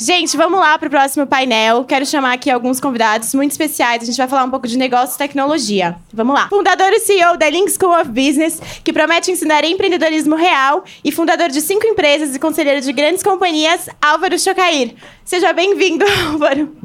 Gente, vamos lá para o próximo painel. Quero chamar aqui alguns convidados muito especiais. A gente vai falar um pouco de negócio e tecnologia. Vamos lá. Fundador e CEO da Link School of Business, que promete ensinar empreendedorismo real, e fundador de 5 empresas e conselheiro de grandes companhias, Álvaro Chocair. Seja bem-vindo, Álvaro.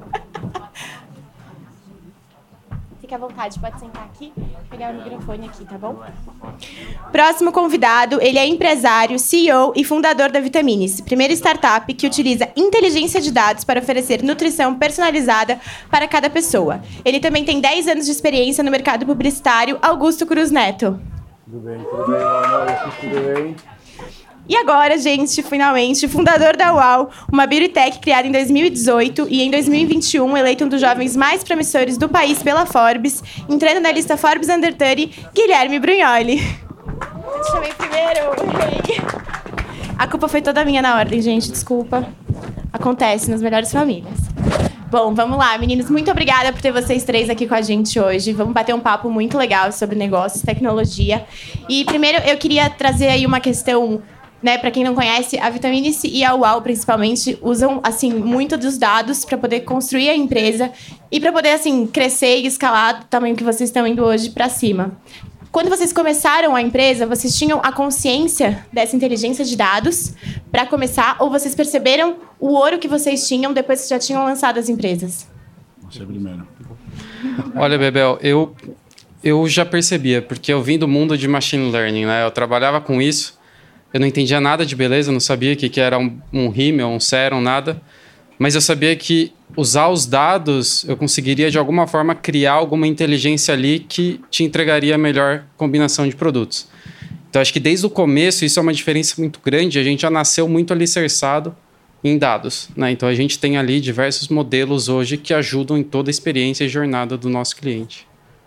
Fique à vontade, pode sentar aqui, pegar o microfone aqui, tá bom? Próximo convidado, ele é empresário, CEO e fundador da Vitamines, primeira startup que utiliza inteligência de dados para oferecer nutrição personalizada para cada pessoa. Ele também tem 10 anos de experiência no mercado publicitário. Augusto Cruz Neto. Tudo bem, boa noite, tudo bem? E agora, gente, finalmente, fundador da UAU, uma beauty tech criada em 2018 e em 2021 eleito um dos jovens mais promissores do país pela Forbes, entrando na lista Forbes Under 30, Guilherme Brignoli. Eu te chamei primeiro. A culpa foi toda minha na ordem, gente, desculpa. Acontece nas melhores famílias. Bom, vamos lá, meninos. Muito obrigada por ter vocês três aqui com a gente hoje. Vamos bater um papo muito legal sobre negócios, tecnologia. E primeiro eu queria trazer aí uma questão, né, para quem não conhece, a Vitamines e a UAU, principalmente, usam, assim, muito dos dados para poder construir a empresa e para poder, assim, crescer e escalar do tamanho que vocês estão indo hoje para cima. Quando vocês começaram a empresa, vocês tinham a consciência dessa inteligência de dados para começar, ou vocês perceberam o ouro que vocês tinham depois que já tinham lançado as empresas? Você primeiro. Olha, Bebel, eu já percebia, porque eu vim do mundo de machine learning, né? Eu trabalhava com isso, eu não entendia nada de beleza, não sabia o que era um rímel, um sérum, nada. Mas eu sabia que usar os dados, eu conseguiria de alguma forma criar alguma inteligência ali que te entregaria a melhor combinação de produtos. Então acho que desde o começo isso é uma diferença muito grande, a gente já nasceu muito alicerçado em dados, né? Então a gente tem ali diversos modelos hoje que ajudam em toda a experiência e jornada do nosso cliente.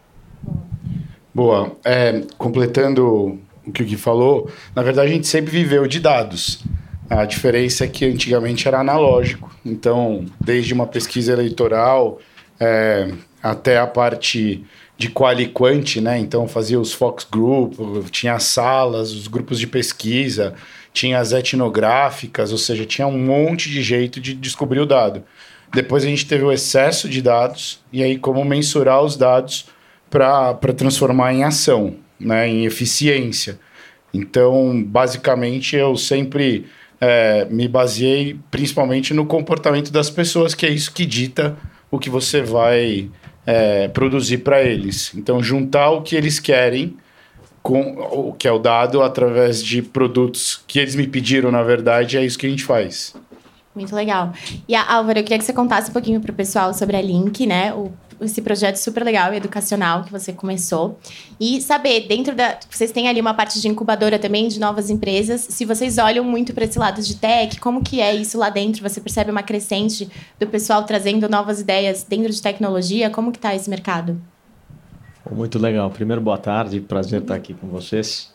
Boa. Completando o que o Gui falou, na verdade a gente sempre viveu de dados. A diferença é que antigamente era analógico. Então, desde uma pesquisa eleitoral até a parte de qual e quant, né? Então, fazia os Fox Group, tinha as salas, os grupos de pesquisa, tinha as etnográficas, ou seja, tinha um monte de jeito de descobrir o dado. Depois a gente teve o excesso de dados, e aí como mensurar os dados para transformar em ação, né? Em eficiência. Então, basicamente, eu sempre me baseei principalmente no comportamento das pessoas, que é isso que dita o que você vai produzir para eles. Então, juntar o que eles querem com o que é o dado através de produtos que eles me pediram, na verdade, é isso que a gente faz. Muito legal. E, Álvaro, eu queria que você contasse um pouquinho para o pessoal sobre a Link, né? Esse projeto super legal e educacional que você começou. E saber, vocês têm ali uma parte de incubadora também, de novas empresas. Se vocês olham muito para esse lado de tech, como que é isso lá dentro? Você percebe uma crescente do pessoal trazendo novas ideias dentro de tecnologia? Como que está esse mercado? Muito legal. Primeiro, boa tarde. Prazer estar aqui com vocês.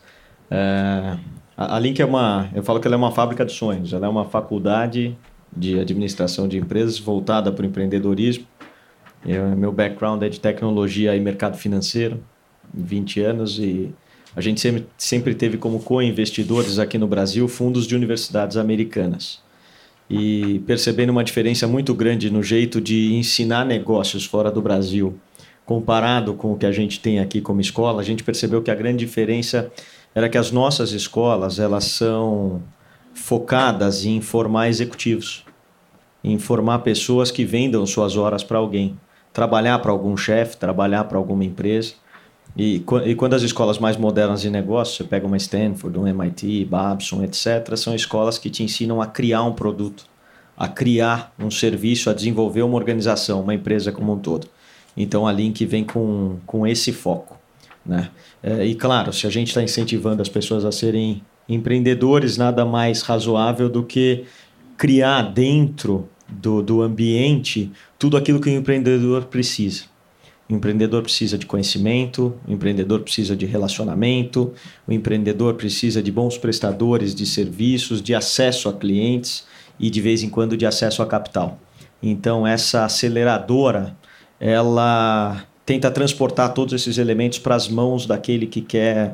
A Link eu falo que ela é uma fábrica de sonhos. Ela é uma faculdade de administração de empresas voltada para o empreendedorismo. Meu background é de tecnologia e mercado financeiro, 20 anos, e a gente sempre teve como co-investidores aqui no Brasil fundos de universidades americanas. E percebendo uma diferença muito grande no jeito de ensinar negócios fora do Brasil, comparado com o que a gente tem aqui como escola, a gente percebeu que a grande diferença era que as nossas escolas, elas são focadas em formar executivos, em formar pessoas que vendam suas horas para alguém, trabalhar para algum chefe, trabalhar para alguma empresa. E quando as escolas mais modernas de negócio, você pega uma Stanford, um MIT, Babson, etc., são escolas que te ensinam a criar um produto, a criar um serviço, a desenvolver uma organização, uma empresa como um todo. Então a Link vem com esse foco, né? E claro, se a gente está incentivando as pessoas a serem empreendedores, nada mais razoável do que criar dentro do ambiente tudo aquilo que o empreendedor precisa. O empreendedor precisa de conhecimento, o empreendedor precisa de relacionamento, o empreendedor precisa de bons prestadores de serviços, de acesso a clientes e, de vez em quando, de acesso a capital. Então, essa aceleradora, ela tenta transportar todos esses elementos para as mãos daquele que quer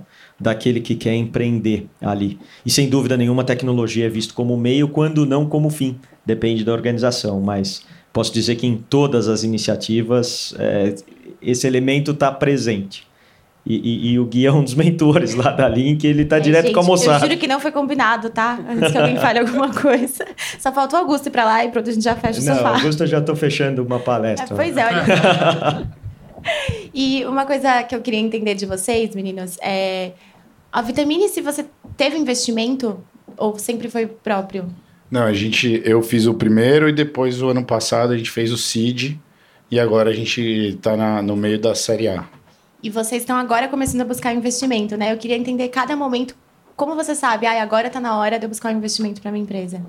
empreender ali. E sem dúvida nenhuma a tecnologia é vista como meio, quando não como fim. Depende da organização, mas posso dizer que em todas as iniciativas esse elemento está presente. E o Gui é um dos mentores lá da Link, ele está direto com a moçada. Eu juro que não foi combinado, tá? Antes que alguém fale alguma coisa. Só faltou o Augusto ir para lá e pronto, a gente já fecha o sofá. Não, Augusto, eu já estou fechando uma palestra. Pois é, olha. E uma coisa que eu queria entender de vocês, meninos, a Vitamine, se você teve investimento ou sempre foi próprio? Não, eu fiz o primeiro e depois, o ano passado, a gente fez o Seed e agora a gente está no meio da Série A. E vocês estão agora começando a buscar investimento, né? Eu queria entender cada momento, como você sabe, agora está na hora de eu buscar um investimento para minha empresa.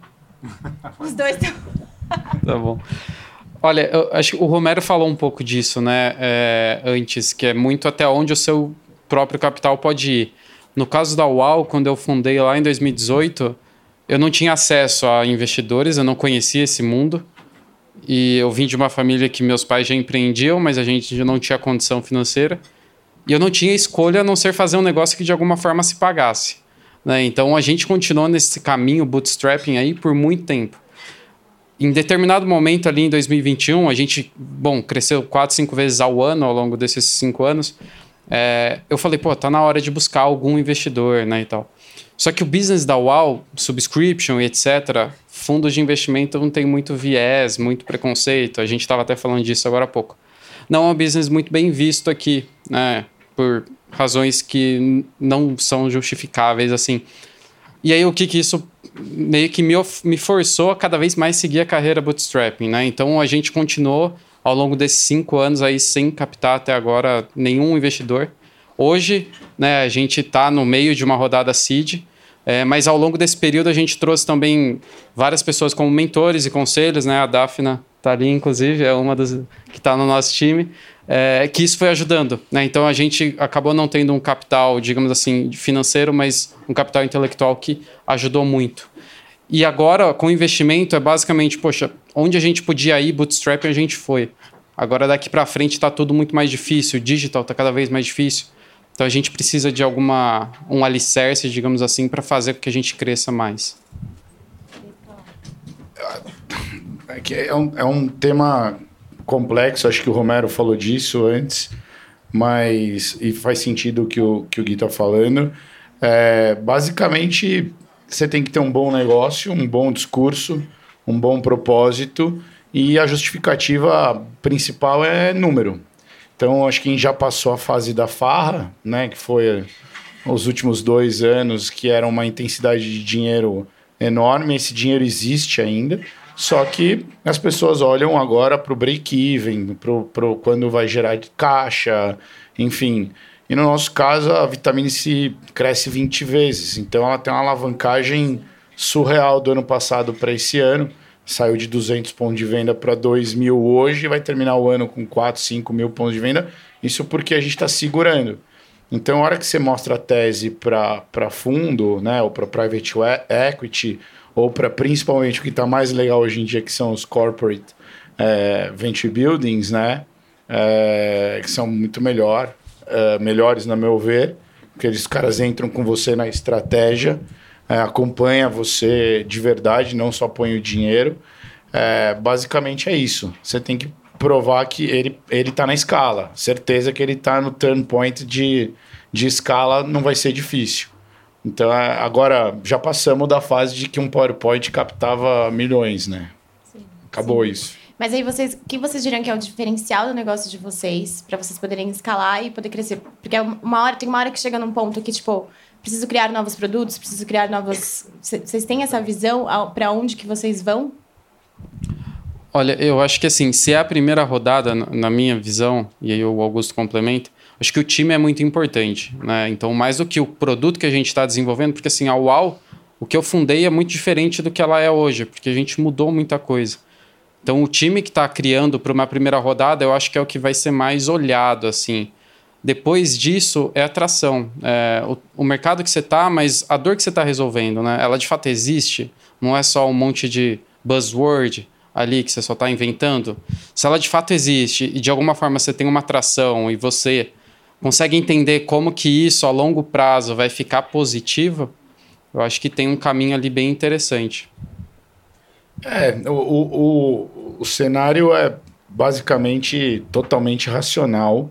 Os dois estão... Tá bom. Olha, eu acho que o Romero falou um pouco disso, né? Antes, que é muito até onde o seu próprio capital pode ir. No caso da UAU, quando eu fundei lá em 2018, eu não tinha acesso a investidores, eu não conhecia esse mundo. E eu vim de uma família que meus pais já empreendiam, mas a gente já não tinha condição financeira. E eu não tinha escolha a não ser fazer um negócio que de alguma forma se pagasse, né? Então a gente continuou nesse caminho bootstrapping aí por muito tempo. Em determinado momento ali em 2021, a gente, cresceu 4, 5 vezes ao ano ao longo desses 5 anos. Eu falei, tá na hora de buscar algum investidor, né, e tal. Só que o business da UAU, subscription e etc., fundos de investimento não tem muito viés, muito preconceito. A gente estava até falando disso agora há pouco. Não é um business muito bem visto aqui, né, por razões que não são justificáveis, assim. E aí, o que isso meio que me forçou a cada vez mais seguir a carreira bootstrapping, né? Então, a gente continuou ao longo desses 5 anos aí sem captar até agora nenhum investidor. Hoje, né, a gente está no meio de uma rodada seed, mas ao longo desse período a gente trouxe também várias pessoas como mentores e conselhos, né? A Daphna está ali, inclusive, é uma das que está no nosso time, que isso foi ajudando, né? Então a gente acabou não tendo um capital, digamos assim, financeiro, mas um capital intelectual que ajudou muito. E agora, com o investimento, é basicamente, onde a gente podia ir, bootstrap, a gente foi. Agora, daqui para frente, está tudo muito mais difícil, o digital está cada vez mais difícil. Então a gente precisa de um alicerce, digamos assim, para fazer com que a gente cresça mais. É um tema complexo, acho que o Romero falou disso antes, e faz sentido o que o Gui está falando. Basicamente, você tem que ter um bom negócio, um bom discurso, um bom propósito, e a justificativa principal é número. Então, acho que quem já passou a fase da farra, né, que foi os últimos 2 anos, que era uma intensidade de dinheiro enorme, esse dinheiro existe ainda, só que as pessoas olham agora para o break-even, pro quando vai gerar de caixa, enfim. E no nosso caso, a Vitamine C cresce 20 vezes, então ela tem uma alavancagem surreal do ano passado para esse ano. Saiu de 200 pontos de venda para 2.000 hoje e vai terminar o ano com 4, 5 mil pontos de venda. Isso porque a gente está segurando. Então, a hora que você mostra a tese para fundo, né, ou para private equity, ou para principalmente o que está mais legal hoje em dia, que são os corporate venture buildings, né, que são muito melhores, no meu ver, porque os caras entram com você na estratégia, acompanha você de verdade, não só põe o dinheiro. Basicamente é isso. Você tem que provar que ele está na escala. Certeza que ele está no turn point de escala, não vai ser difícil. Então, agora já passamos da fase de que um PowerPoint captava milhões, né? Sim, acabou isso. Mas aí, o que vocês diriam que é o diferencial do negócio de vocês, para vocês poderem escalar e poder crescer? Porque tem uma hora que chega num ponto que, preciso criar novos produtos, preciso criar novos... Vocês têm essa visão para onde que vocês vão? Olha, eu acho que assim, se é a primeira rodada, na minha visão, e aí o Augusto complementa, acho que o time é muito importante, né? Então, mais do que o produto que a gente está desenvolvendo, porque assim, a UAU, o que eu fundei é muito diferente do que ela é hoje, porque a gente mudou muita coisa. Então, o time que está criando para uma primeira rodada, eu acho que é o que vai ser mais olhado, assim. Depois disso, é atração. O mercado que você está, mas a dor que você está resolvendo, né? Ela de fato existe, não é só um monte de buzzword. ali que você só está inventando, se ela de fato existe e de alguma forma você tem uma atração e você consegue entender como que isso a longo prazo vai ficar positivo, eu acho que tem um caminho ali bem interessante. O cenário é basicamente totalmente racional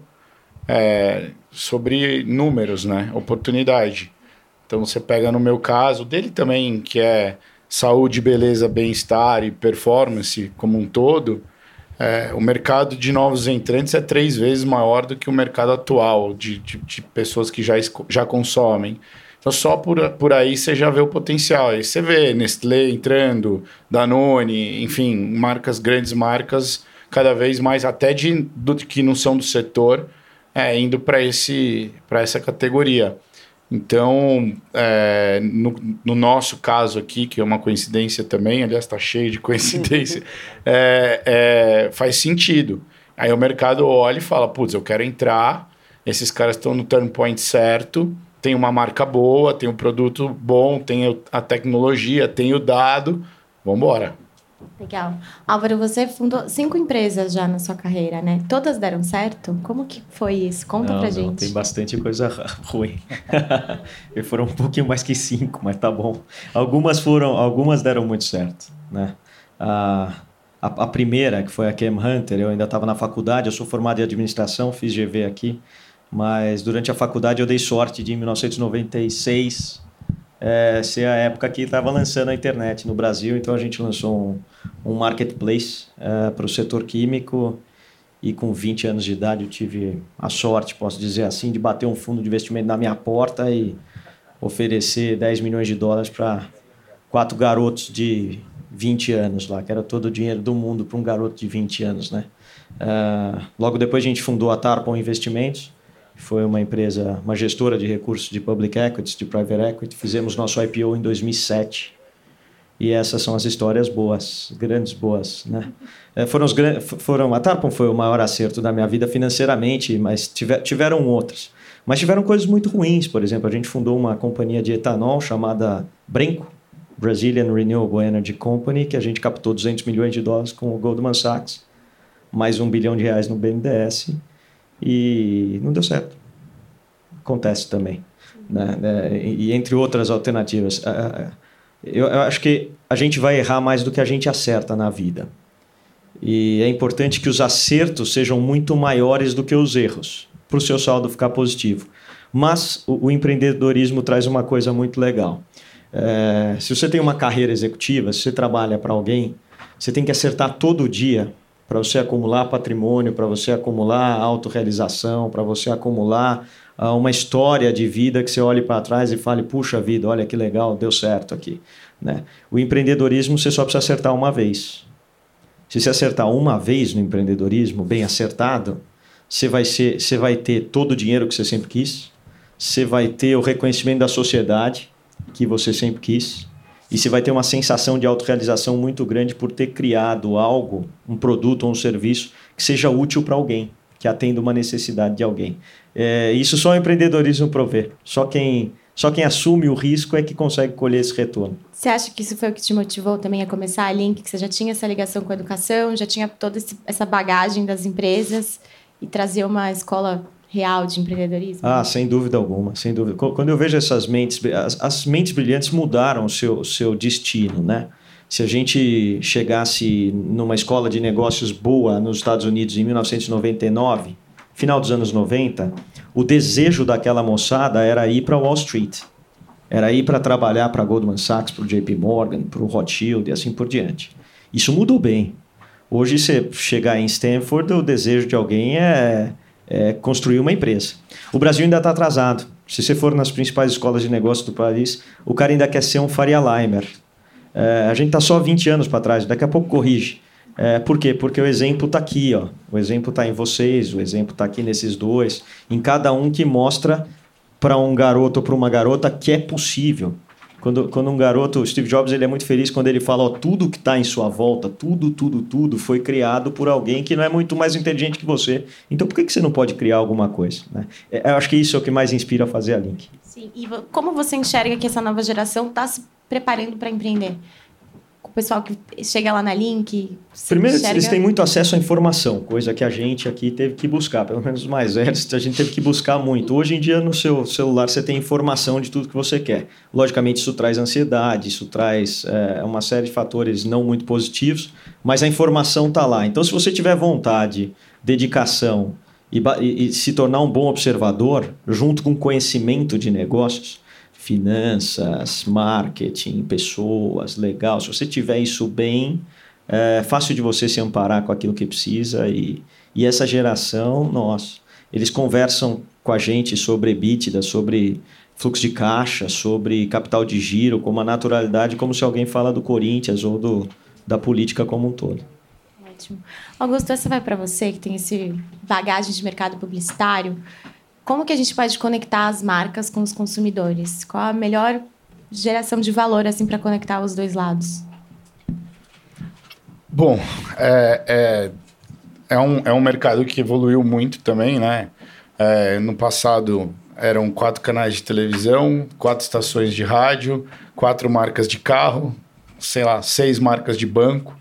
sobre números, né? Oportunidade. Então você pega no meu caso, dele também, que é saúde, beleza, bem-estar e performance como um todo, o mercado de novos entrantes é 3 vezes maior do que o mercado atual de pessoas que já consomem. Então só por aí você já vê o potencial. Aí você vê Nestlé entrando, Danone, enfim, grandes marcas, cada vez mais, até que não são do setor, indo para essa categoria. Então, no nosso caso aqui, que é uma coincidência também, aliás, está cheio de coincidência, faz sentido. Aí o mercado olha e fala, putz, eu quero entrar, esses caras estão no turn point certo, tem uma marca boa, tem um produto bom, tem a tecnologia, tem o dado, vamos embora. Legal. Álvaro, você fundou 5 empresas já na sua carreira, né? Todas deram certo? Como que foi isso? Conta pra gente. Não, tem bastante coisa ruim. E foram um pouquinho mais que 5, mas tá bom. Algumas deram muito certo, né? A primeira, que foi a Chem Hunter, eu ainda estava na faculdade, eu sou formado em administração, fiz GV aqui, mas durante a faculdade eu dei sorte de, em 1996, ser a época que estava lançando a internet no Brasil, então a gente lançou um marketplace para o setor químico e com 20 anos de idade eu tive a sorte, posso dizer assim, de bater um fundo de investimento na minha porta e oferecer 10 milhões de dólares para 4 garotos de 20 anos lá, que era todo o dinheiro do mundo para um garoto de 20 anos, né? Logo depois a gente fundou a Tarpon Investimentos, foi uma empresa, uma gestora de recursos de public equities, de private equity. Fizemos nosso IPO em 2007. E essas são as histórias boas, grandes boas, né? A Tarpon foi o maior acerto da minha vida financeiramente, mas tiveram outras. Mas tiveram coisas muito ruins. Por exemplo, a gente fundou uma companhia de etanol chamada Brenco, Brazilian Renewable Energy Company, que a gente captou 200 milhões de dólares com o Goldman Sachs, mais $1 bilhão no BNDES, e não deu certo. Acontece também, né? E entre outras alternativas. Eu acho que a gente vai errar mais do que a gente acerta na vida. E é importante que os acertos sejam muito maiores do que os erros, para o seu saldo ficar positivo. Mas o empreendedorismo traz uma coisa muito legal. Se você tem uma carreira executiva, se você trabalha para alguém, você tem que acertar todo dia para você acumular patrimônio, para você acumular autorrealização, para você acumular uma história de vida que você olhe para trás e fale, puxa vida, olha que legal, deu certo aqui, né? O empreendedorismo você só precisa acertar uma vez. Se você acertar uma vez no empreendedorismo, bem acertado, você vai ter todo o dinheiro que você sempre quis, você vai ter o reconhecimento da sociedade que você sempre quis, e você vai ter uma sensação de autorrealização muito grande por ter criado algo, um produto ou um serviço que seja útil para alguém, que atenda uma necessidade de alguém. Isso só o empreendedorismo provê. Só quem assume o risco é que consegue colher esse retorno. Você acha que isso foi o que te motivou também a começar a Link? Que você já tinha essa ligação com a educação, já tinha toda essa bagagem das empresas e trazer uma escola real de empreendedorismo? Sem dúvida alguma, sem dúvida. Quando eu vejo essas mentes, as mentes brilhantes mudaram o seu destino, né? Se a gente chegasse numa escola de negócios boa nos Estados Unidos em 1999, final dos anos 90, o desejo daquela moçada era ir para Wall Street. Era ir para trabalhar para Goldman Sachs, para o JP Morgan, para o Rothschild e assim por diante. Isso mudou bem. Hoje, você chegar em Stanford, o desejo de alguém é construir uma empresa. O Brasil ainda está atrasado. Se você for nas principais escolas de negócio do país, o cara ainda quer ser um Faria Limer. A gente está só 20 anos para trás, daqui a pouco corrige. Por quê? Porque o exemplo está aqui, ó. O exemplo está em vocês, o exemplo está aqui nesses dois, em cada um que mostra para um garoto ou para uma garota que é possível. Quando um garoto, o Steve Jobs, ele é muito feliz quando ele fala, ó, tudo que está em sua volta, tudo foi criado por alguém que não é muito mais inteligente que você. Então, por que você não pode criar alguma coisa, né? Eu acho que isso é o que mais inspira a fazer a Link. Sim, e como você enxerga que essa nova geração está se preparando para empreender? o pessoal que chega lá na Link? Primeiro, eles têm muito acesso à informação, coisa que a gente aqui teve que buscar, pelo menos os mais velhos, a gente teve que buscar muito. Hoje em dia, no seu celular, você tem informação de tudo que você quer. Logicamente, isso traz ansiedade, isso traz uma série de fatores não muito positivos, mas a informação está lá. Então, se você tiver vontade, dedicação e se tornar um bom observador, junto com conhecimento de negócios, finanças, marketing, pessoas, legal, se você tiver isso bem, é fácil de você se amparar com aquilo que precisa. E essa geração, nossa, eles conversam com a gente sobre EBITDA, sobre fluxo de caixa, sobre capital de giro, com uma naturalidade como se alguém fala do Corinthians ou da política como um todo. Ótimo. Augusto, essa vai para você, que tem esse bagagem de mercado publicitário. Como que a gente pode conectar as marcas com os consumidores? Qual a melhor geração de valor assim, para conectar os dois lados? Bom, é um mercado que evoluiu muito também, né? No passado eram 4 canais de televisão, 4 estações de rádio, 4 marcas de carro, 6 marcas de banco,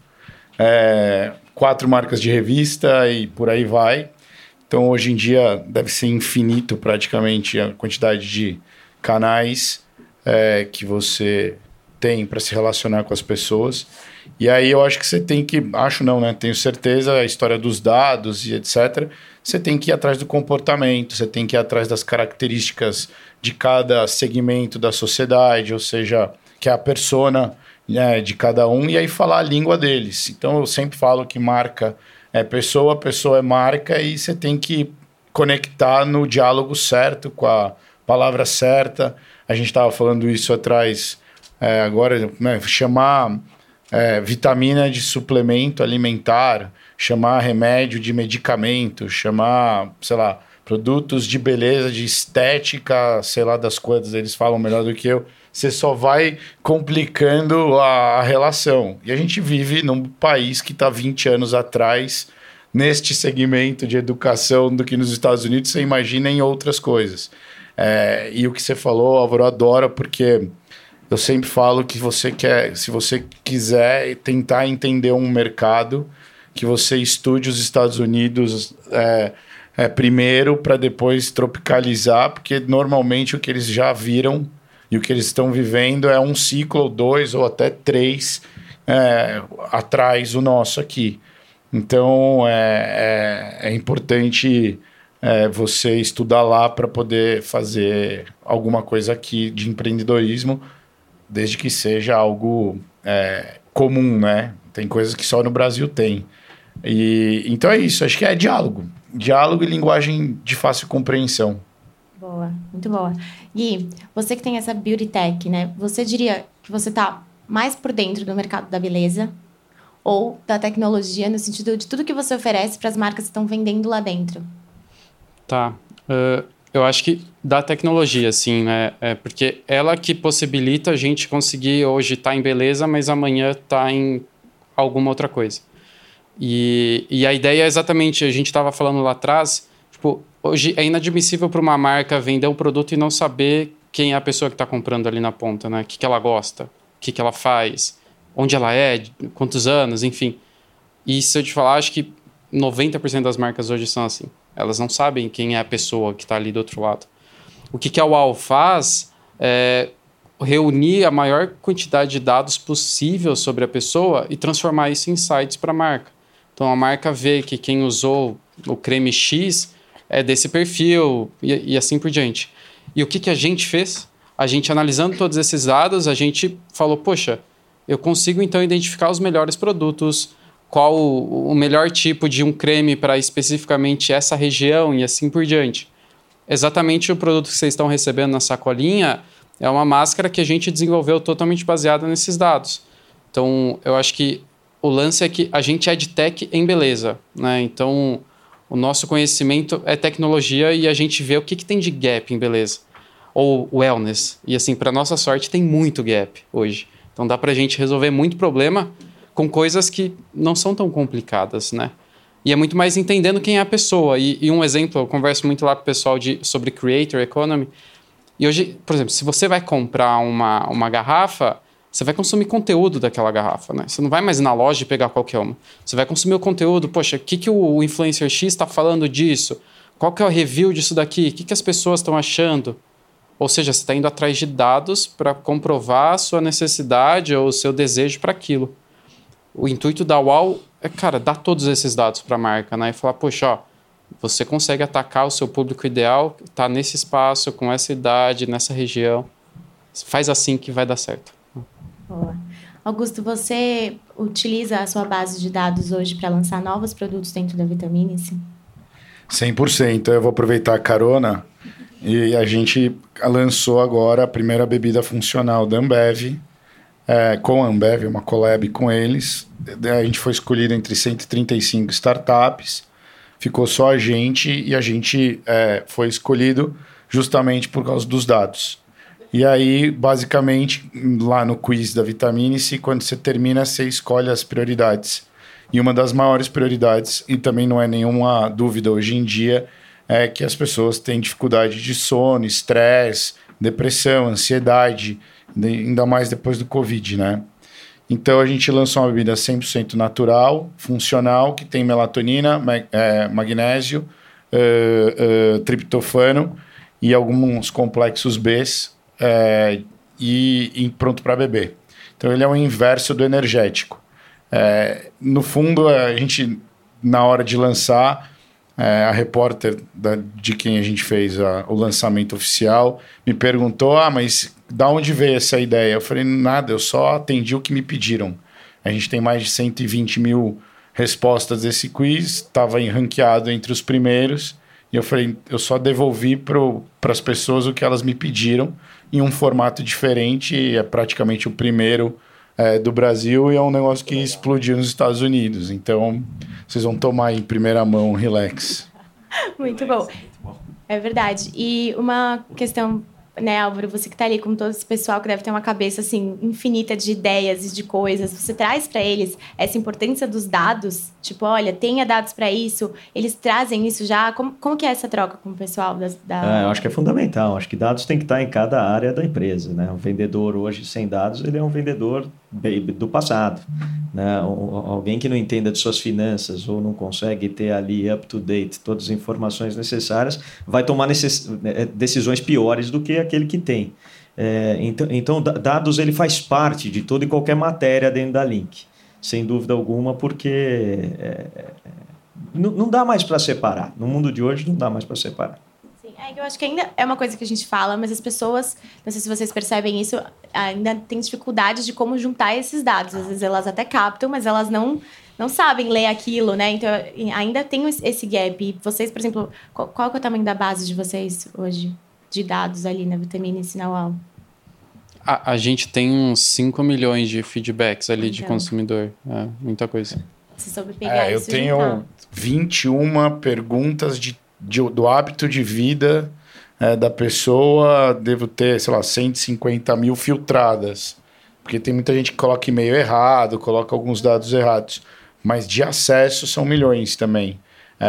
4 marcas de revista e por aí vai. Então, hoje em dia, deve ser infinito praticamente a quantidade de canais que você tem para se relacionar com as pessoas. E aí eu acho que você tem que... Acho não, né? Tenho certeza, a história dos dados e etc. Você tem que ir atrás do comportamento, você tem que ir atrás das características de cada segmento da sociedade, ou seja, que é a persona, né, de cada um, e aí falar a língua deles. Então, eu sempre falo que marca é pessoa é marca, e você tem que conectar no diálogo certo, com a palavra certa. A gente estava falando isso atrás, agora, né, chamar vitamina de suplemento alimentar, chamar remédio de medicamento, chamar, produtos de beleza, de estética, das quantas, eles falam melhor do que eu. Você só vai complicando a relação. E a gente vive num país que está 20 anos atrás neste segmento de educação do que nos Estados Unidos, você imagina em outras coisas. E o que você falou, Álvaro, eu adoro, porque eu sempre falo que se você quiser tentar entender um mercado, que você estude os Estados Unidos primeiro, para depois tropicalizar, porque normalmente o que eles já viram e o que eles estão vivendo é um ciclo, ou 2, ou até 3 atrás do nosso aqui. Então, é importante você estudar lá para poder fazer alguma coisa aqui de empreendedorismo, desde que seja algo comum, né? Tem coisas que só no Brasil tem. Então é isso, acho que é diálogo. Diálogo e linguagem de fácil compreensão. Boa, muito boa. Gui, você que tem essa beauty tech, né? Você diria que você está mais por dentro do mercado da beleza ou da tecnologia, no sentido de tudo que você oferece para as marcas que estão vendendo lá dentro? Tá. Eu acho que da tecnologia, sim, né? Porque ela que possibilita a gente conseguir hoje estar em beleza, mas amanhã estar em alguma outra coisa. E a ideia é exatamente, a gente estava falando lá atrás, hoje é inadmissível para uma marca vender um produto e não saber quem é a pessoa que está comprando ali na ponta, né? O que ela gosta, o que ela faz, onde ela é, quantos anos, enfim. E se eu te falar, acho que 90% das marcas hoje são assim. Elas não sabem quem é a pessoa que está ali do outro lado. O que a UAU faz é reunir a maior quantidade de dados possível sobre a pessoa e transformar isso em insights para a marca. Então, a marca vê que quem usou o creme X é desse perfil e assim por diante. E o que a gente fez? A gente, analisando todos esses dados, a gente falou, poxa, eu consigo então identificar os melhores produtos, qual o melhor tipo de um creme para especificamente essa região e assim por diante. Exatamente o produto que vocês estão recebendo na sacolinha é uma máscara que a gente desenvolveu totalmente baseada nesses dados. Então, eu acho que o lance é que a gente é de tech em beleza, né? Então, o nosso conhecimento é tecnologia e a gente vê o que tem de gap em beleza. Ou wellness. E assim, para nossa sorte, tem muito gap hoje. Então, dá para a gente resolver muito problema com coisas que não são tão complicadas, né? E é muito mais entendendo quem é a pessoa. E um exemplo, eu converso muito lá com o pessoal sobre Creator Economy. E hoje, por exemplo, se você vai comprar uma garrafa, Você vai consumir conteúdo daquela garrafa, né? Você não vai mais na loja e pegar qualquer uma. Você vai consumir o conteúdo, poxa, o que o influencer X está falando disso? Qual que é o review disso daqui? O que as pessoas estão achando? Ou seja, você está indo atrás de dados para comprovar a sua necessidade ou o seu desejo para aquilo. O intuito da UAU é, cara, dar todos esses dados para a marca, né? E falar, poxa, ó, você consegue atacar o seu público ideal, tá nesse espaço, com essa idade, nessa região. Faz assim que vai dar certo. Boa. Augusto, você utiliza a sua base de dados hoje para lançar novos produtos dentro da Vitaminice? 100%. Eu vou aproveitar a carona e a gente lançou agora a primeira bebida funcional da Ambev, com a Ambev, uma collab com eles. A gente foi escolhido entre 135 startups, ficou só a gente e a gente foi escolhido justamente por causa dos dados. E aí, basicamente, lá no quiz da Vitaminice, quando você termina, você escolhe as prioridades. E uma das maiores prioridades, e também não é nenhuma dúvida hoje em dia, é que as pessoas têm dificuldade de sono, estresse, depressão, ansiedade, ainda mais depois do Covid, né? Então, a gente lançou uma bebida 100% natural, funcional, que tem melatonina, magnésio, triptofano e alguns complexos Bs, e pronto para beber. Então ele é o inverso do energético. No fundo, a gente, na hora de lançar, a repórter de quem a gente fez o lançamento oficial me perguntou, mas da onde veio essa ideia? Eu falei, nada, eu só atendi o que me pediram. A gente tem mais de 120 mil respostas desse quiz, estava ranqueado entre os primeiros, e eu falei, eu só devolvi para as pessoas o que elas me pediram, em um formato diferente, é praticamente o primeiro do Brasil e é um negócio que explodiu nos Estados Unidos. Então, vocês vão tomar em primeira mão, relax. Muito bom. É verdade. E uma questão, né, Álvaro, você que está ali com todo esse pessoal que deve ter uma cabeça, assim, infinita de ideias e de coisas, você traz para eles essa importância dos dados? Tipo, olha, tenha dados para isso, eles trazem isso já? Como que é essa troca com o pessoal eu acho que é fundamental. Acho que dados tem que estar em cada área da empresa, né? Um vendedor hoje sem dados, ele é um vendedor do passado, né? Alguém que não entenda de suas finanças ou não consegue ter ali up-to-date todas as informações necessárias, vai tomar decisões piores do que aquele que tem. Então, dados ele faz parte de toda e qualquer matéria dentro da Link, sem dúvida alguma, porque não dá mais para separar. No mundo de hoje, não dá mais para separar. Sim, eu acho que ainda é uma coisa que a gente fala, mas as pessoas, não sei se vocês percebem isso, ainda têm dificuldade de como juntar esses dados. Às vezes elas até captam, mas elas não sabem ler aquilo, né? Então, ainda tem esse gap. E vocês, por exemplo, qual que é o tamanho da base de vocês hoje, de dados ali na Vitaminice e na UAU? A gente tem uns 5 milhões de feedbacks ali de consumidor. Muita coisa. Você soube pegar isso? Eu tenho 21 perguntas do hábito de vida da pessoa. Devo ter, 150 mil filtradas. Porque tem muita gente que coloca e-mail errado, coloca alguns dados errados. Mas de acesso são milhões também.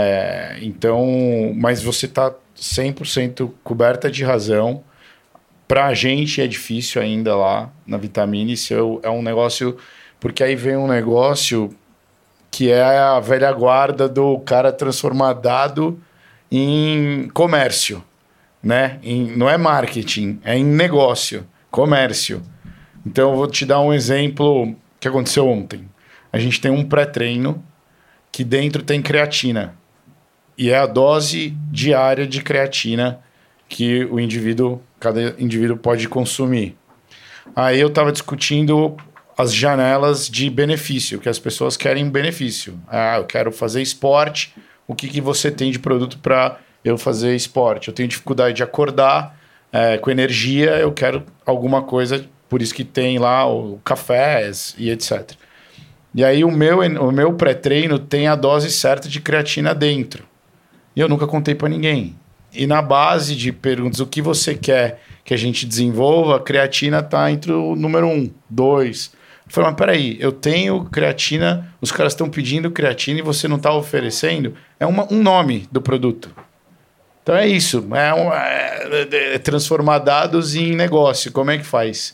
Então, mas você está 100% coberta de razão. Para a gente é difícil ainda lá na Vitaminice. É um negócio... Porque aí vem um negócio que é a velha guarda do cara transformar dado em comércio, né? Não é marketing, é em negócio, comércio. Então, eu vou te dar um exemplo que aconteceu ontem. A gente tem um pré-treino que dentro tem creatina. E é a dose diária de creatina que cada indivíduo pode consumir. Aí eu estava discutindo as janelas de benefício, que as pessoas querem benefício. Eu quero fazer esporte, o que você tem de produto para eu fazer esporte? Eu tenho dificuldade de acordar com energia, eu quero alguma coisa, por isso que tem lá o cafés e etc. E aí o meu pré-treino tem a dose certa de creatina dentro. E eu nunca contei para ninguém. E na base de perguntas, o que você quer que a gente desenvolva, a creatina está entre o número 1, 2. Eu falei, mas peraí, eu tenho creatina, os caras estão pedindo creatina e você não está oferecendo? É um nome do produto. Então é isso, é transformar dados em negócio. Como é que faz?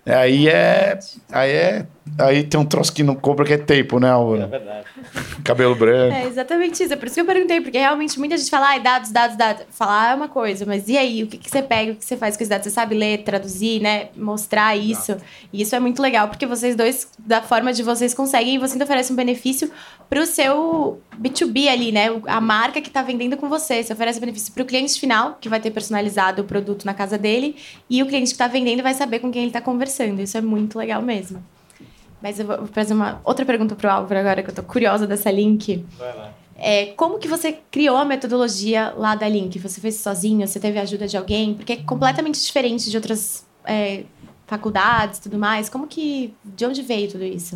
Aí tem um troço que não compra que é tempo, né, Álvaro? É verdade. Cabelo branco. É exatamente isso. É por isso que eu perguntei, porque realmente muita gente fala, dados. Falar é uma coisa, mas e aí? O que você pega, o que você faz com esses dados? Você sabe ler, traduzir, né? Mostrar isso. E isso é muito legal, porque vocês dois, da forma de vocês conseguem, e você ainda oferece um benefício pro seu B2B ali, né? A marca que tá vendendo com você. Você oferece benefício pro cliente final, que vai ter personalizado o produto na casa dele, e o cliente que tá vendendo vai saber com quem ele tá conversando. Isso é muito legal mesmo. Mas eu vou fazer uma outra pergunta pro Álvaro agora, que eu tô curiosa dessa Link. Vai lá. Como que você criou a metodologia lá da Link? Você fez sozinho? Você teve a ajuda de alguém? Porque é completamente diferente de outras faculdades e tudo mais. De onde veio tudo isso?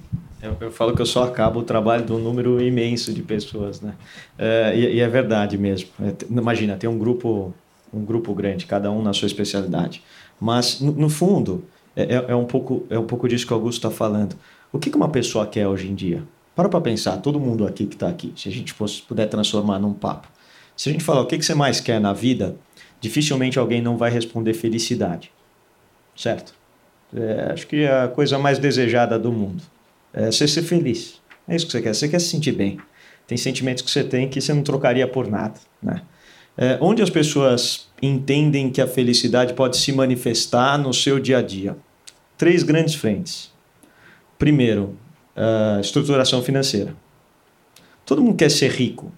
Eu falo que eu só acabo o trabalho de um número imenso de pessoas, né? E é verdade mesmo. Imagina, tem um grupo grande, cada um na sua especialidade. Mas, no fundo, é um pouco disso que o Augusto está falando. O que uma pessoa quer hoje em dia? Para pensar, todo mundo aqui que está aqui, se a gente puder transformar num papo. Se a gente falar o que você mais quer na vida, dificilmente alguém não vai responder felicidade. Certo? Acho que é a coisa mais desejada do mundo. É você ser feliz. É isso que você quer. Você quer se sentir bem. Tem sentimentos que você tem que você não trocaria por nada, né? Onde as pessoas entendem que a felicidade pode se manifestar no seu dia a dia? 3 grandes frentes. Primeiro, estruturação financeira. Todo mundo quer ser rico.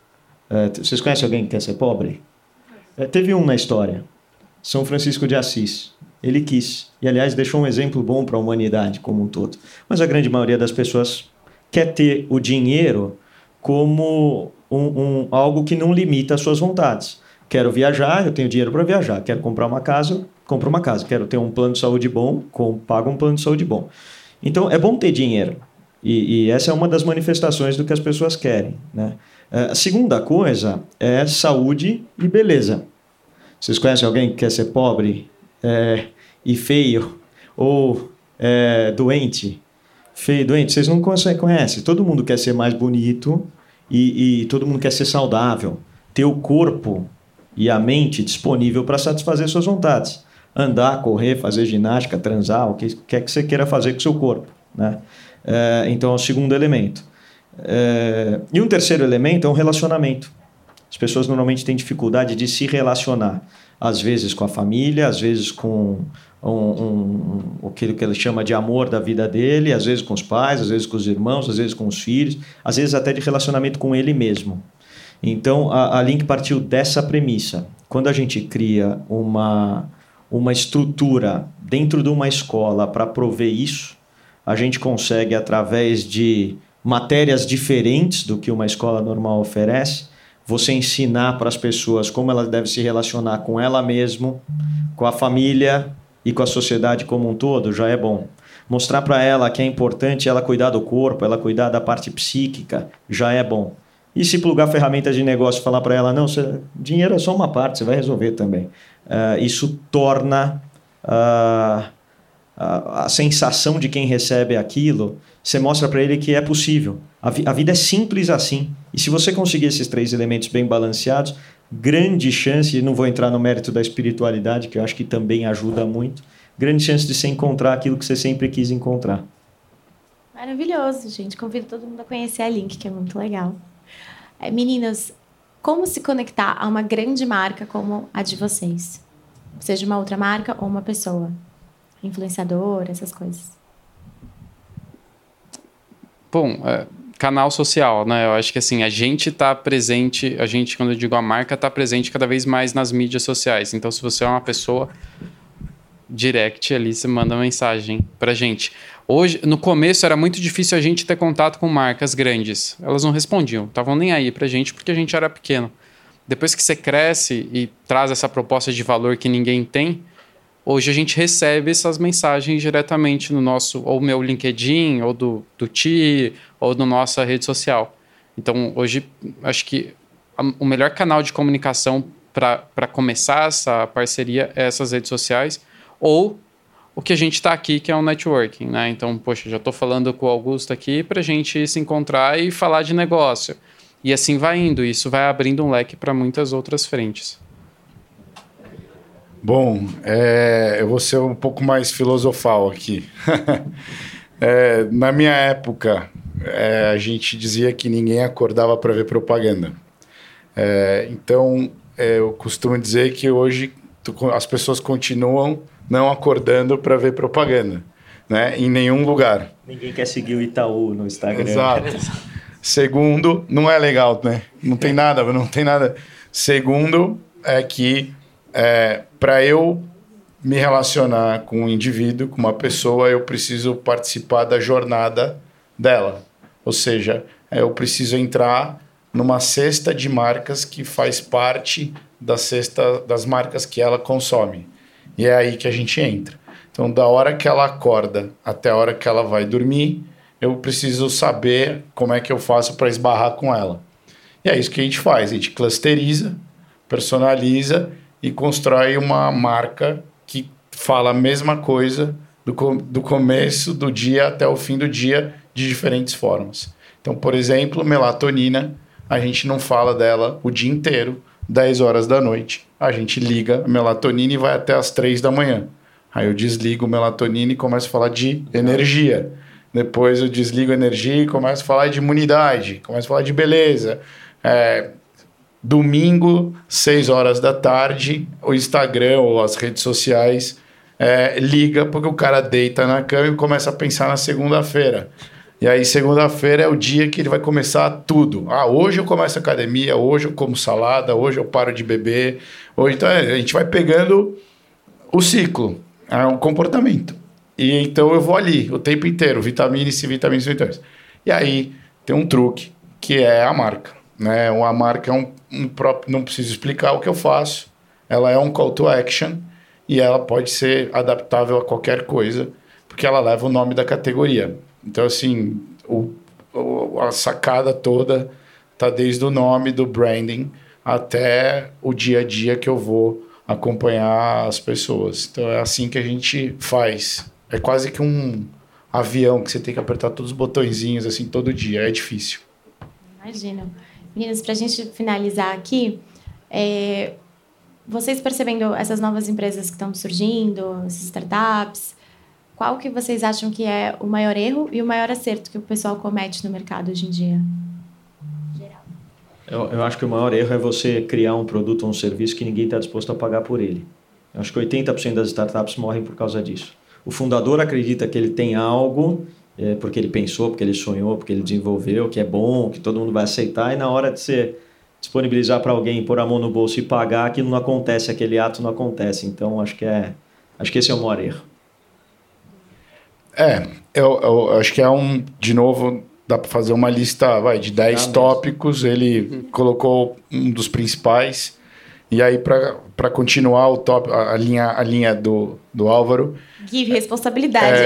Vocês conhecem alguém que quer ser pobre? Teve um na história, São Francisco de Assis. Ele quis. E, aliás, deixou um exemplo bom para a humanidade como um todo. Mas a grande maioria das pessoas quer ter o dinheiro como algo que não limita as suas vontades. Quero viajar, eu tenho dinheiro para viajar. Quero comprar uma casa, compro uma casa. Quero ter um plano de saúde bom, pago um plano de saúde bom. Então, é bom ter dinheiro. E essa é uma das manifestações do que as pessoas querem, né? A segunda coisa é saúde e beleza. Vocês conhecem alguém que quer ser pobre e feio? Ou doente? Feio e doente? Vocês não conhecem. Todo mundo quer ser mais bonito e todo mundo quer ser saudável. Ter o corpo e a mente disponível para satisfazer suas vontades. Andar, correr, fazer ginástica, transar, o que quer que você queira fazer com o seu corpo, né? Então, é o segundo elemento. E um terceiro elemento é um relacionamento. As pessoas normalmente têm dificuldade de se relacionar. Às vezes com a família, às vezes com aquilo que ele chama de amor da vida dele, às vezes com os pais, às vezes com os irmãos, às vezes com os filhos, às vezes até de relacionamento com ele mesmo. Então, a Link partiu dessa premissa. Quando a gente cria uma estrutura dentro de uma escola para prover isso, a gente consegue, através de matérias diferentes do que uma escola normal oferece, você ensinar para as pessoas como elas devem se relacionar com ela mesma, com a família e com a sociedade como um todo, já é bom. Mostrar para ela que é importante ela cuidar do corpo, ela cuidar da parte psíquica, já é bom. E se plugar ferramentas de negócio e falar para ela, não, dinheiro é só uma parte, você vai resolver também. Isso torna a sensação de quem recebe aquilo, você mostra para ele que é possível. A vida é simples assim. E se você conseguir esses 3 elementos bem balanceados, grande chance, e não vou entrar no mérito da espiritualidade, que eu acho que também ajuda muito, grande chance de você encontrar aquilo que você sempre quis encontrar. Maravilhoso, gente. Convido todo mundo a conhecer a Link, que é muito legal. Meninas, como se conectar a uma grande marca como a de vocês? Seja uma outra marca ou uma pessoa. Influenciador, essas coisas. Bom, canal social, né? Eu acho que assim, a gente está presente, quando eu digo a marca, está presente cada vez mais nas mídias sociais. Então, se você é uma pessoa direct ali, você manda uma mensagem pra gente. Hoje, no começo, era muito difícil a gente ter contato com marcas grandes. Elas não respondiam, estavam nem aí pra gente, porque a gente era pequeno. Depois que você cresce e traz essa proposta de valor que ninguém tem, hoje a gente recebe essas mensagens diretamente no nosso, ou meu LinkedIn, ou do Ti, ou na nossa rede social. Então, hoje, acho que o melhor canal de comunicação para começar essa parceria é essas redes sociais, ou o que a gente está aqui, que é o networking, né? Então, poxa, já estou falando com o Augusto aqui para a gente se encontrar e falar de negócio. E assim vai indo, isso vai abrindo um leque para muitas outras frentes. Bom, eu vou ser um pouco mais filosofal aqui. Na minha época, a gente dizia que ninguém acordava para ver propaganda. Então, eu costumo dizer que hoje as pessoas continuam não acordando para ver propaganda, né? Em nenhum lugar. Ninguém quer seguir o Itaú no Instagram. Exato. Segundo, não é legal, né? Não tem nada. Segundo, é que para eu me relacionar com um indivíduo, com uma pessoa, eu preciso participar da jornada dela. Ou seja, eu preciso entrar numa cesta de marcas que faz parte da cesta das marcas que ela consome. E é aí que a gente entra. Então, da hora que ela acorda até a hora que ela vai dormir, eu preciso saber como é que eu faço para esbarrar com ela. E é isso que a gente faz. A gente clusteriza, personaliza e constrói uma marca que fala a mesma coisa do começo do dia até o fim do dia de diferentes formas. Então, por exemplo, melatonina, a gente não fala dela o dia inteiro, 10 horas da noite. A gente liga a melatonina e vai até as 3 da manhã. Aí eu desligo a melatonina e começo a falar de energia. Depois eu desligo a energia e começo a falar de imunidade, começo a falar de beleza. Domingo, 6 horas da tarde, o Instagram ou as redes sociais liga porque o cara deita na cama e começa a pensar na segunda-feira. E aí, segunda-feira é o dia que ele vai começar tudo. Hoje eu começo a academia, hoje eu como salada, hoje eu paro de beber. Então, a gente vai pegando o ciclo, o comportamento. E então eu vou ali o tempo inteiro, vitamina C, vitamina C, vitamina C. E aí tem um truque, que é a marca. Né? A marca é não preciso explicar o que eu faço. Ela é um call to action e ela pode ser adaptável a qualquer coisa, porque ela leva o nome da categoria. Então, assim, a sacada toda está desde o nome do branding até o dia a dia que eu vou acompanhar as pessoas. Então, é assim que a gente faz. É quase que um avião que você tem que apertar todos os botõezinhos assim todo dia. É difícil. Imagino. Meninas, para a gente finalizar aqui, vocês percebendo essas novas empresas que estão surgindo, essas startups, qual que vocês acham que é o maior erro e o maior acerto que o pessoal comete no mercado hoje em dia? Eu acho que o maior erro é você criar um produto ou um serviço que ninguém está disposto a pagar por ele. Eu acho que 80% das startups morrem por causa disso. O fundador acredita que ele tem algo porque ele pensou, porque ele sonhou, porque ele desenvolveu, que é bom, que todo mundo vai aceitar, e na hora de você disponibilizar para alguém, pôr a mão no bolso e pagar, aquilo não acontece, aquele ato não acontece. Então, acho que esse é o maior erro. Eu acho que de novo, dá para fazer uma lista de 10 tópicos, ele colocou um dos principais, e aí para continuar a linha do Álvaro... Give responsabilidade.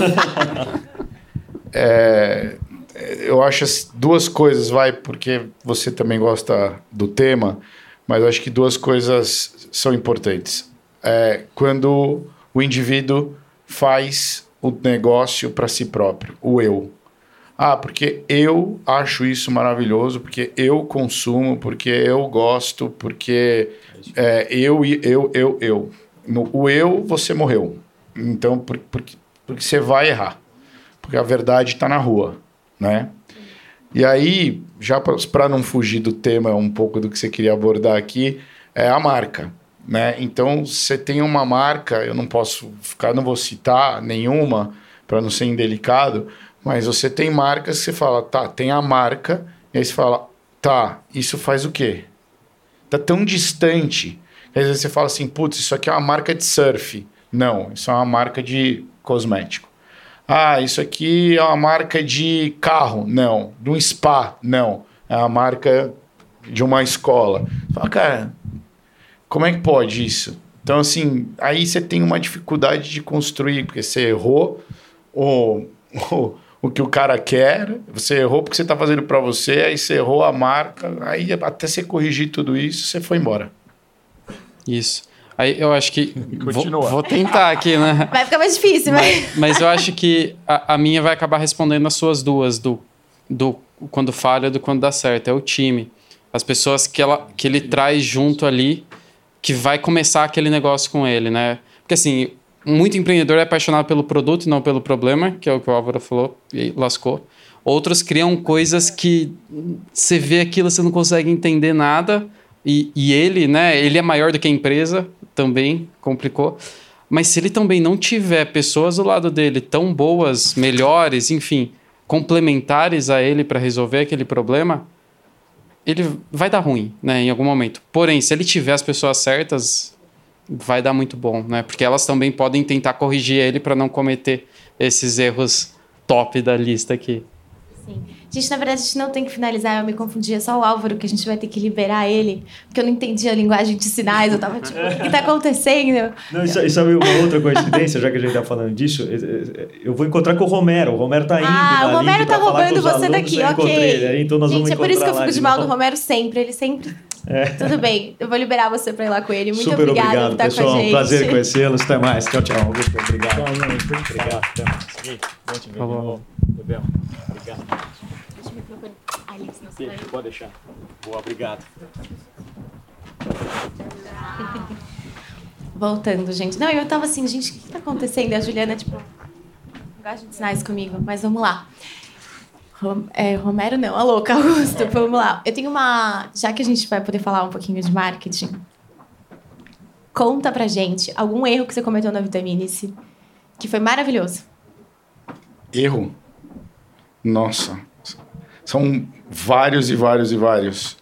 Eu acho duas coisas, porque você também gosta do tema, mas eu acho que duas coisas são importantes. Quando o indivíduo faz o negócio para si próprio, o eu. Porque eu acho isso maravilhoso, porque eu consumo, porque eu gosto, porque eu. No eu, você morreu. Então, porque você vai errar. Porque a verdade está na rua, né? E aí, já para não fugir do tema, um pouco do que você queria abordar aqui, é a marca. Né? Então, você tem uma marca, eu não vou citar nenhuma para não ser indelicado, mas você tem marcas que você fala, tem a marca, e aí você fala, isso faz o quê? Tá tão distante. Às vezes você fala assim, putz, isso aqui é uma marca de surf. Não, isso é uma marca de cosmético. Isso aqui é uma marca de carro. Não. De um spa. Não. É uma marca de uma escola. Fala, cara, como é que pode isso? Então, assim, aí você tem uma dificuldade de construir, porque você errou o que o cara quer, você errou porque você está fazendo para você, aí você errou a marca, aí até você corrigir tudo isso, você foi embora. Isso. Aí eu acho que... Vou tentar aqui, né? Vai ficar mais difícil, mas eu acho que a minha vai acabar respondendo as suas duas, do quando falha, do quando dá certo. É o time. As pessoas que ele traz junto ali que vai começar aquele negócio com ele, né? Porque assim, muito empreendedor é apaixonado pelo produto e não pelo problema, que é o que o Álvaro falou, e lascou. Outros criam coisas que você vê aquilo, você não consegue entender nada, e ele, né? Ele é maior do que a empresa, também complicou. Mas se ele também não tiver pessoas do lado dele tão boas, melhores, enfim, complementares a ele para resolver aquele problema, ele vai dar ruim, né, em algum momento. Porém, se ele tiver as pessoas certas, vai dar muito bom, né? Porque elas também podem tentar corrigir ele para não cometer esses erros top da lista aqui. Sim. Gente, na verdade, a gente não tem que finalizar. Eu me confundi. É só o Álvaro que a gente vai ter que liberar ele, porque eu não entendi a linguagem de sinais. Eu tava tipo, o que tá acontecendo? Não, e sabe uma outra coincidência, já que a gente tá falando disso? Eu vou encontrar com o Romero. O Romero tá indo o Romero tá roubando você daqui, ok. Ele, então nós gente, vamos é por isso que eu fico de mal do novo. Romero sempre. Ele sempre... Tudo bem, eu vou liberar você pra ir lá com ele. Muito Super obrigada obrigado, por estar pessoal. com a gente. Prazer conhecê-los. Até mais. Tchau, tchau. Augusto, obrigado. Obrigado. Até mais. Bom te ver. Falou. Bebel. Obrigado. Deixa o microfone. Alex, não Sim, pode deixar. Boa, obrigado. Voltando, gente. Não, eu tava assim, gente, o que tá acontecendo? E a Juliana, tipo, não gosta de sinais comigo, mas vamos lá. Romero não, a louca, Augusto, vamos lá. Eu tenho uma... Já que a gente vai poder falar um pouquinho de marketing, conta pra gente algum erro que você cometeu na Vitaminice que foi maravilhoso. Erro? Nossa. São vários e vários e vários.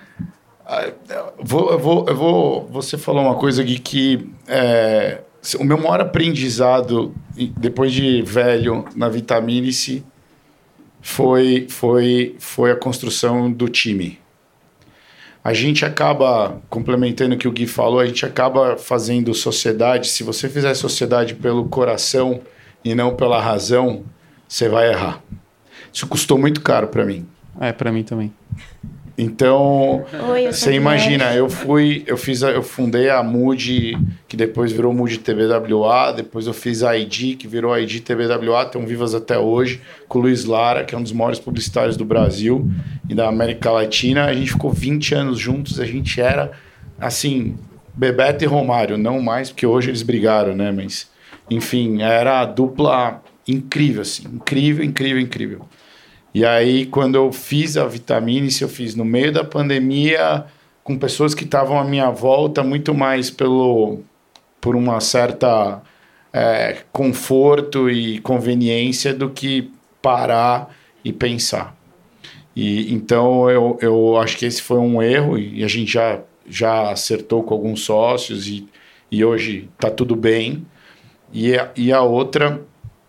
Você falou uma coisa aqui que... o meu maior aprendizado, depois de velho, na Vitaminice, foi a construção do time. A gente acaba, complementando o que o Gui falou, a gente acaba fazendo sociedade. Se você fizer sociedade pelo coração e não pela razão, você vai errar. Isso custou muito caro para mim. Para mim também. Então, você imagina, eu eu fundei a Mood, que depois virou Mood TBWA, depois eu fiz a ID, que virou ID TBWA, estão vivas até hoje, com o Luiz Lara, que é um dos maiores publicitários do Brasil e da América Latina. A gente ficou 20 anos juntos, a gente era, assim, Bebeto e Romário, não mais, porque hoje eles brigaram, né? Mas, enfim, era a dupla incrível, assim, incrível, incrível, incrível. E aí, quando eu fiz a Vitaminice, eu fiz no meio da pandemia, com pessoas que estavam à minha volta, muito mais por uma certa conforto e conveniência do que parar e pensar. E então, eu acho que esse foi um erro, e a gente já acertou com alguns sócios, e hoje está tudo bem. E a outra...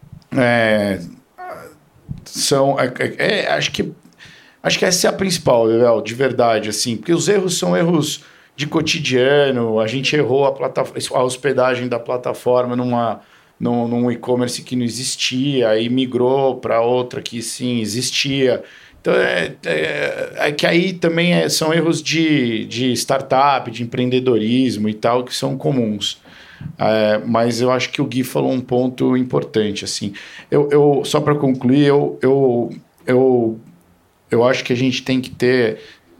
acho que essa é a principal, Bebel, de verdade, assim, porque os erros são erros de cotidiano. A gente errou a hospedagem da plataforma num e-commerce que não existia, aí migrou para outra que sim existia. Então, que aí também são erros de startup, de empreendedorismo e tal, que são comuns. Mas eu acho que o Gui falou um ponto importante, assim. Só para concluir, eu acho que a gente tem que ter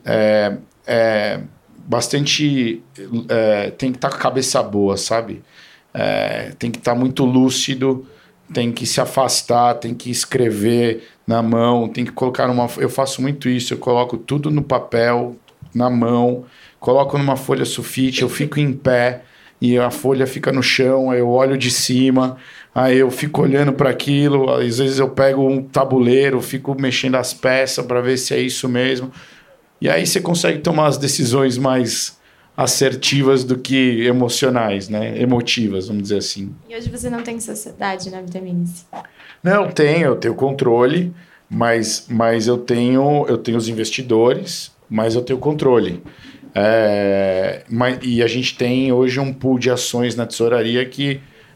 bastante... tem que estar com a cabeça boa, sabe? Tem que estar muito lúcido, tem que se afastar, tem que escrever na mão, tem que colocar numa... Eu faço muito isso, eu coloco tudo no papel, na mão, coloco numa folha sulfite, eu fico em pé, e a folha fica no chão, aí eu olho de cima, aí eu fico olhando para aquilo, às vezes eu pego um tabuleiro, fico mexendo as peças para ver se é isso mesmo. E aí você consegue tomar as decisões mais assertivas do que emocionais, né? Emotivas, vamos dizer assim. E hoje você não tem sociedade na Vitaminice? Não, eu tenho controle, mas eu tenho os investidores, mas eu tenho controle. E a gente tem hoje um pool de ações na tesouraria que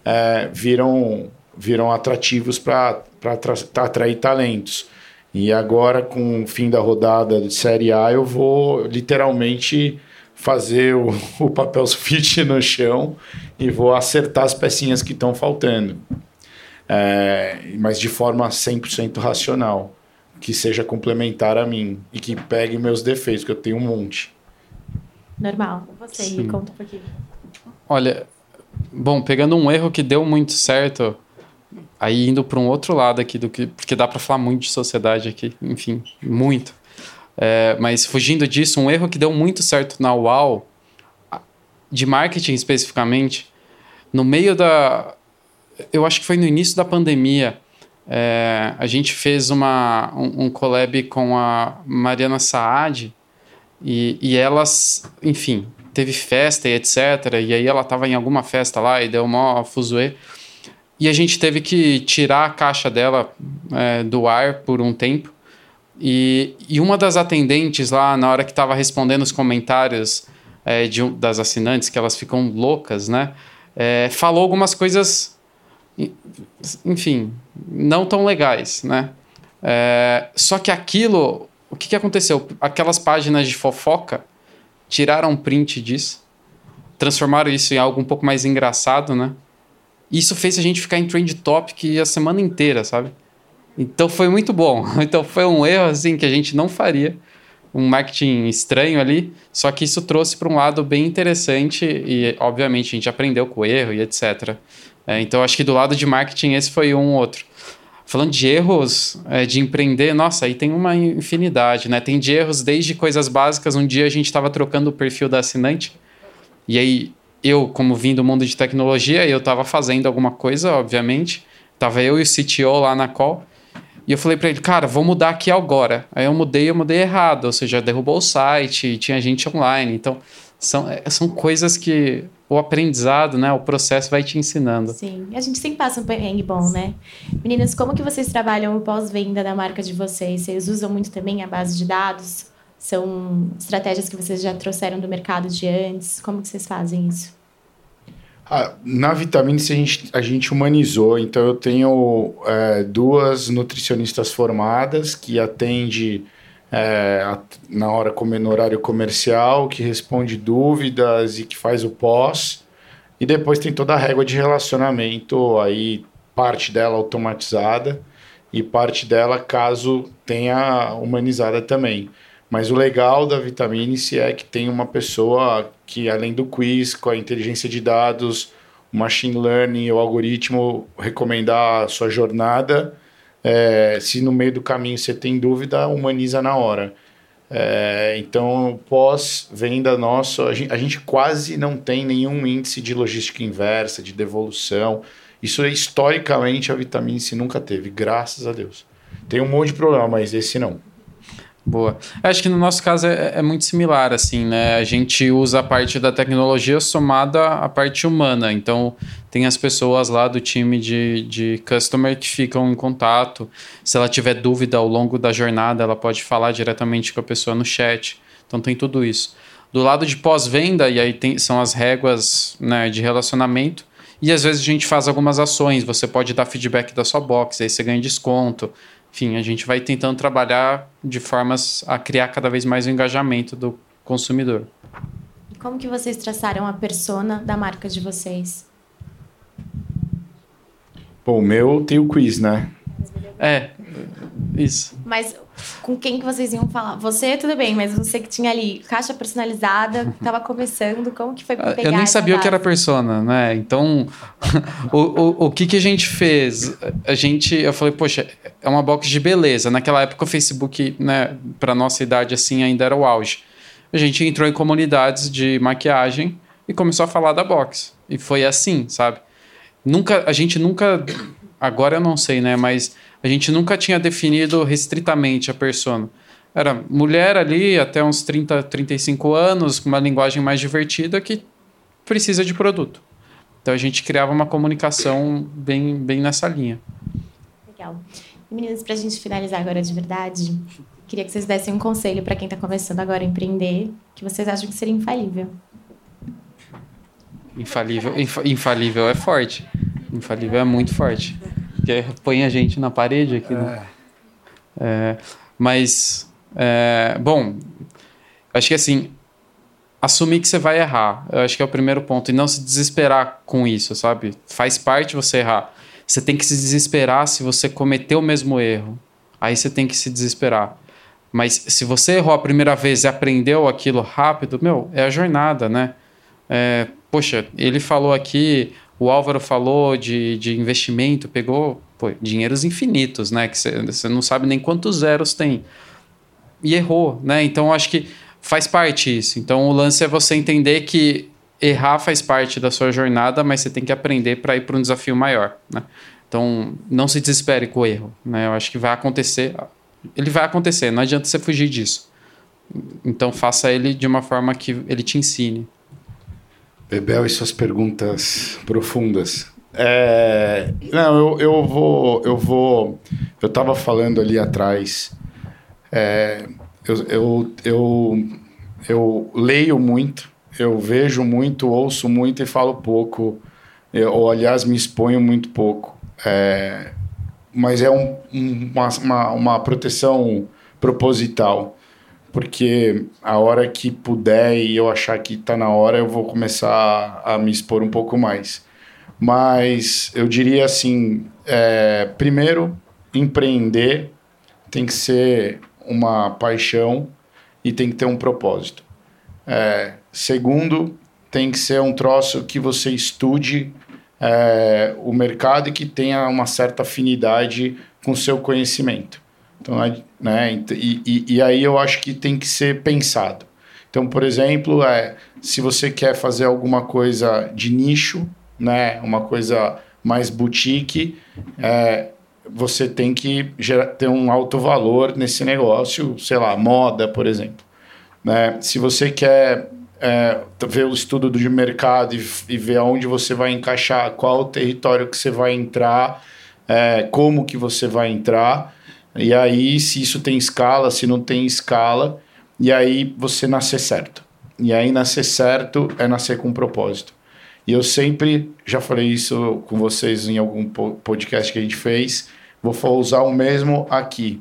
viram atrativos para atrair talentos. E agora, com o fim da rodada de Série A, eu vou literalmente fazer o papel sulfite no chão e vou acertar as pecinhas que estão faltando. Mas de forma 100% racional, que seja complementar a mim e que pegue meus defeitos, que eu tenho um monte. normal. Você aí, conta um pouquinho. Olha, bom, pegando um erro que deu muito certo, aí indo para um outro lado aqui, porque dá para falar muito de sociedade aqui, enfim, muito. Mas fugindo disso, um erro que deu muito certo na UAU, de marketing especificamente, no meio eu acho que foi no início da pandemia, a gente fez um collab com a Mariana Saad e elas, enfim, teve festa e etc. E aí ela estava em alguma festa lá e deu uma fuzuê. E a gente teve que tirar a caixa dela do ar por um tempo. E uma das atendentes lá, na hora que estava respondendo os comentários das assinantes, que elas ficam loucas, né? Falou algumas coisas, enfim, não tão legais, né? Só que aquilo, o que aconteceu? Aquelas páginas de fofoca tiraram um print disso, transformaram isso em algo um pouco mais engraçado, né? Isso fez a gente ficar em trend topic a semana inteira, sabe? Então foi muito bom. Então foi um erro assim que a gente não faria. Um marketing estranho ali, só que isso trouxe para um lado bem interessante e, obviamente, a gente aprendeu com o erro e etc. Então, acho que do lado de marketing, esse foi um outro. Falando de erros de empreender, nossa, aí tem uma infinidade, né? Tem de erros desde coisas básicas. Um dia a gente estava trocando o perfil da assinante e aí eu, como vim do mundo de tecnologia, eu estava fazendo alguma coisa, obviamente. Tava eu e o CTO lá na call. E eu falei para ele, cara, vou mudar aqui agora. Aí eu mudei errado, ou seja, derrubou o site, tinha gente online. Então, são coisas que o aprendizado, né, o processo vai te ensinando. Sim, a gente sempre passa um perrengue bom, né? Meninas, como que vocês trabalham o pós-venda da marca de vocês? Vocês usam muito também a base de dados? São estratégias que vocês já trouxeram do mercado de antes? Como que vocês fazem isso? Na Vitaminice a gente humanizou, então eu tenho 2 nutricionistas formadas que atende no horário comercial, que responde dúvidas e que faz o pós, e depois tem toda a régua de relacionamento, aí parte dela automatizada e parte dela, caso tenha, humanizada também. Mas o legal da Vitaminice é que tem uma pessoa que, além do quiz, com a inteligência de dados, o machine learning, o algoritmo, recomendar a sua jornada. Se no meio do caminho você tem dúvida, humaniza na hora. Então, pós-venda nosso, a gente quase não tem nenhum índice de logística inversa, de devolução. Isso, historicamente, a Vitaminice nunca teve, graças a Deus. Tem um monte de problema, mas esse não. Boa. Acho que no nosso caso é muito similar, assim, né? A gente usa a parte da tecnologia somada à parte humana. Então, tem as pessoas lá do time de customer que ficam em contato. Se ela tiver dúvida ao longo da jornada, ela pode falar diretamente com a pessoa no chat. Então, tem tudo isso. Do lado de pós-venda, e aí são as réguas, né, de relacionamento. E às vezes a gente faz algumas ações. Você pode dar feedback da sua box, aí você ganha desconto. Enfim, a gente vai tentando trabalhar de formas a criar cada vez mais o engajamento do consumidor. E como que vocês traçaram a persona da marca de vocês? Bom, o meu tem o quiz, né? Isso. Mas com quem que vocês iam falar? Você, tudo bem, mas você que tinha ali caixa personalizada, estava começando, como que foi pegar? Eu nem sabia o que era persona, né? Então, o que a gente fez? Eu falei, poxa, é uma box de beleza. Naquela época o Facebook, né, para nossa idade assim, ainda era o auge. A gente entrou em comunidades de maquiagem e começou a falar da box. E foi assim, sabe? A gente nunca, agora eu não sei, né, mas a gente nunca tinha definido restritamente a persona. Era mulher ali até uns 30, 35 anos, com uma linguagem mais divertida que precisa de produto. Então a gente criava uma comunicação bem nessa linha. Legal. E, meninas, para a gente finalizar agora de verdade, queria que vocês dessem um conselho para quem está começando agora a empreender, que vocês acham que seria infalível. Infalível é forte. Infalível é muito forte. Porque põe a gente na parede aqui, né? Bom, acho que assim, assumir que você vai errar, eu acho que é o primeiro ponto, e não se desesperar com isso, sabe? Faz parte você errar. Você tem que se desesperar se você cometer o mesmo erro. Aí você tem que se desesperar. Mas se você errou a primeira vez e aprendeu aquilo rápido, é a jornada, né? Poxa, ele falou aqui, o Álvaro falou de investimento, pegou dinheiros infinitos, né? Que você não sabe nem quantos zeros tem. E errou, né? Então, acho que faz parte isso. Então, o lance é você entender que errar faz parte da sua jornada, mas você tem que aprender para ir para um desafio maior, né? Então, não se desespere com o erro, né? Eu acho que vai acontecer. Ele vai acontecer, não adianta você fugir disso. Então, faça ele de uma forma que ele te ensine. Bebel e suas perguntas profundas. Não, eu estava falando ali atrás. Eu leio muito, eu vejo muito, ouço muito e falo pouco. Ou, aliás, me exponho muito pouco. Mas é uma proteção proposital. Porque a hora que puder e eu achar que está na hora, eu vou começar a me expor um pouco mais. Mas eu diria assim, primeiro, empreender tem que ser uma paixão e tem que ter um propósito. Segundo, tem que ser um troço que você estude o mercado e que tenha uma certa afinidade com o seu conhecimento. Então, né, e aí eu acho que tem que ser pensado. Então, por exemplo, se você quer fazer alguma coisa de nicho, né, uma coisa mais boutique, você tem que ter um alto valor nesse negócio, sei lá, moda, por exemplo. Né? Se você quer ver o estudo do mercado e ver aonde você vai encaixar, qual o território que você vai entrar, como que você vai entrar, e aí se isso tem escala, se não tem escala, e aí você nascer certo. E aí nascer certo é nascer com propósito. E eu sempre, já falei isso com vocês em algum podcast que a gente fez, vou usar o mesmo aqui.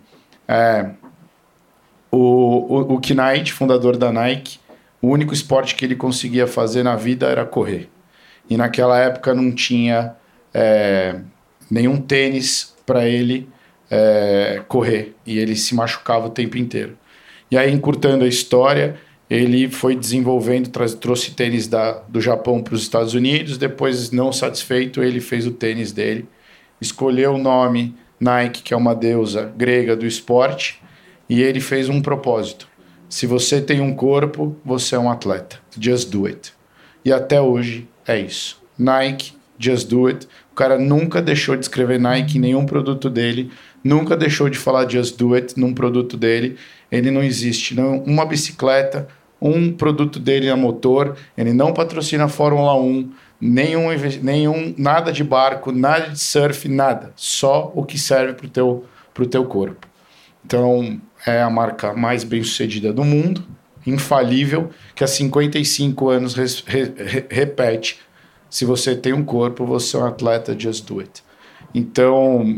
O Knight, fundador da Nike, o único esporte que ele conseguia fazer na vida era correr. E naquela época não tinha nenhum tênis para ele correr. E ele se machucava o tempo inteiro. E aí, encurtando a história, ele foi desenvolvendo, trouxe tênis do Japão para os Estados Unidos. Depois, não satisfeito, ele fez o tênis dele. Escolheu o nome Nike, que é uma deusa grega do esporte. E ele fez um propósito. Se você tem um corpo, você é um atleta. Just do it. E até hoje é isso. Nike, just do it. O cara nunca deixou de escrever Nike em nenhum produto dele. Nunca deixou de falar just do it num produto dele. Ele não existe. Não, uma bicicleta, um produto dele é motor. Ele não patrocina a Fórmula 1. Nada de barco, nada de surf, nada. Só o que serve pro teu corpo. Então, é a marca mais bem-sucedida do mundo, infalível, que há 55 anos repete: se você tem um corpo, você é um atleta, just do it. Então,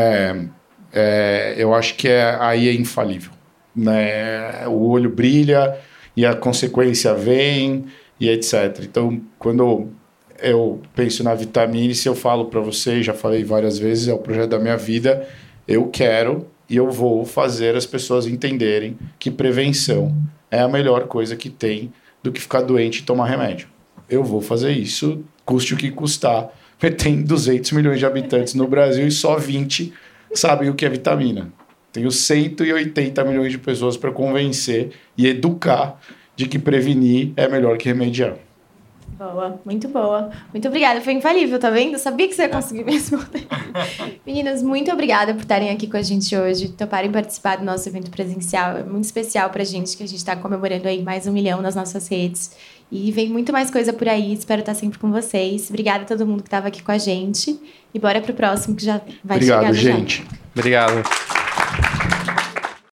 eu acho que aí é infalível. Né? O olho brilha e a consequência vem e etc. Então, quando eu penso na Vitamine, se eu falo para vocês, já falei várias vezes, é o projeto da minha vida, eu quero... E eu vou fazer as pessoas entenderem que prevenção é a melhor coisa que tem do que ficar doente e tomar remédio. Eu vou fazer isso, custe o que custar. Tem 200 milhões de habitantes no Brasil e só 20 sabem o que é vitamina. Tenho 180 milhões de pessoas para convencer e educar de que prevenir é melhor que remediar. Boa, muito boa. Muito obrigada, foi infalível, tá vendo? Eu sabia que você ia conseguir me responder. Meninas, muito obrigada por estarem aqui com a gente hoje, toparem participar do nosso evento presencial. É muito especial pra gente, que a gente tá comemorando aí mais 1 milhão nas nossas redes. E vem muito mais coisa por aí, espero estar sempre com vocês. Obrigada a todo mundo que estava aqui com a gente. E bora pro próximo, que já vai chegar. Obrigado, gente. Obrigado.